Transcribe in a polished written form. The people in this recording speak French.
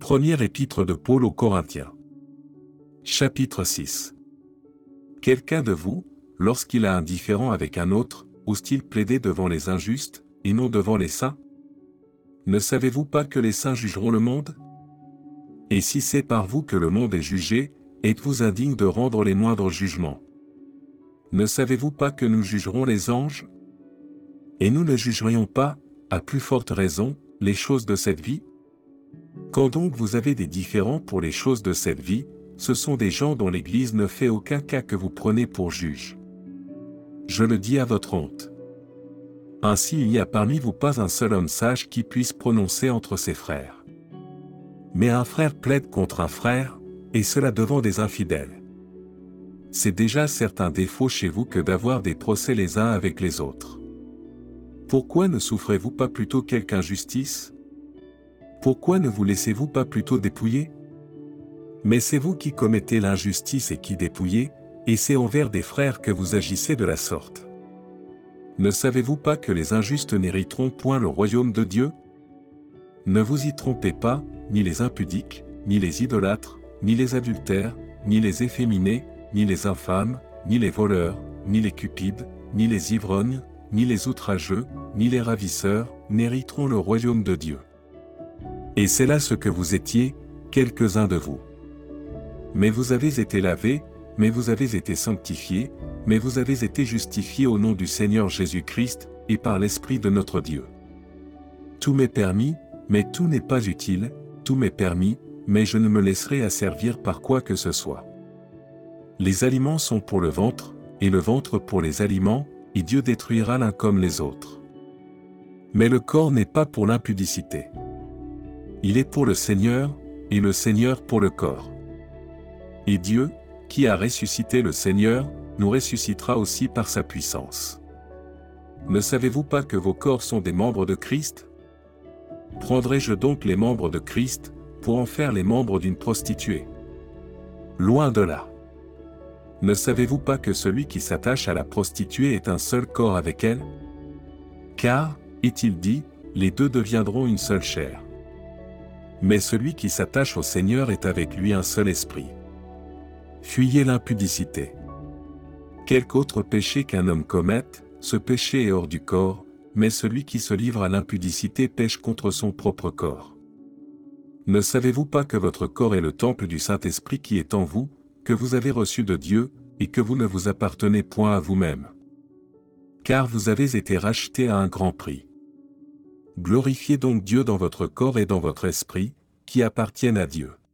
Première épître de Paul aux Corinthiens. Chapitre 6. Quelqu'un de vous, lorsqu'il a un différend avec un autre, ose-t-il plaider devant les injustes, et non devant les saints? Ne savez-vous pas que les saints jugeront le monde? Et si c'est par vous que le monde est jugé, êtes-vous indigne de rendre les moindres jugements? Ne savez-vous pas que nous jugerons les anges? Et nous ne jugerions pas, à plus forte raison, les choses de cette vie? Quand donc vous avez des différends pour les choses de cette vie, ce sont des gens dont l'Église ne fait aucun cas que vous prenez pour juges. Je le dis à votre honte. Ainsi il n'y a parmi vous pas un seul homme sage qui puisse prononcer entre ses frères. Mais un frère plaide contre un frère, et cela devant des infidèles. C'est déjà certain défaut chez vous que d'avoir des procès les uns avec les autres. Pourquoi ne souffrez-vous pas plutôt quelque injustice? Pourquoi ne vous laissez-vous pas plutôt dépouiller? Mais c'est vous qui commettez l'injustice et qui dépouillez, et c'est envers des frères que vous agissez de la sorte. Ne savez-vous pas que les injustes n'hériteront point le royaume de Dieu? Ne vous y trompez pas, ni les impudiques, ni les idolâtres, ni les adultères, ni les efféminés, ni les infâmes, ni les voleurs, ni les cupides, ni les ivrognes, ni les outrageux, ni les ravisseurs, n'hériteront le royaume de Dieu. Et c'est là ce que vous étiez, quelques-uns de vous. Mais vous avez été lavés, mais vous avez été sanctifiés, mais vous avez été justifiés au nom du Seigneur Jésus-Christ, et par l'Esprit de notre Dieu. Tout m'est permis, mais tout n'est pas utile, tout m'est permis, mais je ne me laisserai asservir par quoi que ce soit. Les aliments sont pour le ventre, et le ventre pour les aliments, et Dieu détruira l'un comme les autres. Mais le corps n'est pas pour l'impudicité. Il est pour le Seigneur, et le Seigneur pour le corps. Et Dieu, qui a ressuscité le Seigneur, nous ressuscitera aussi par sa puissance. Ne savez-vous pas que vos corps sont des membres de Christ? Prendrai-je donc les membres de Christ, pour en faire les membres d'une prostituée? Loin de là. Ne savez-vous pas que celui qui s'attache à la prostituée est un seul corps avec elle? Car, est-il dit, les deux deviendront une seule chair. Mais celui qui s'attache au Seigneur est avec lui un seul esprit. Fuyez l'impudicité. Quelque autre péché qu'un homme commette, ce péché est hors du corps, mais celui qui se livre à l'impudicité pêche contre son propre corps. Ne savez-vous pas que votre corps est le temple du Saint-Esprit qui est en vous, que vous avez reçu de Dieu, et que vous ne vous appartenez point à vous-même? Car vous avez été rachetés à un grand prix. Glorifiez donc Dieu dans votre corps et dans votre esprit, qui appartiennent à Dieu.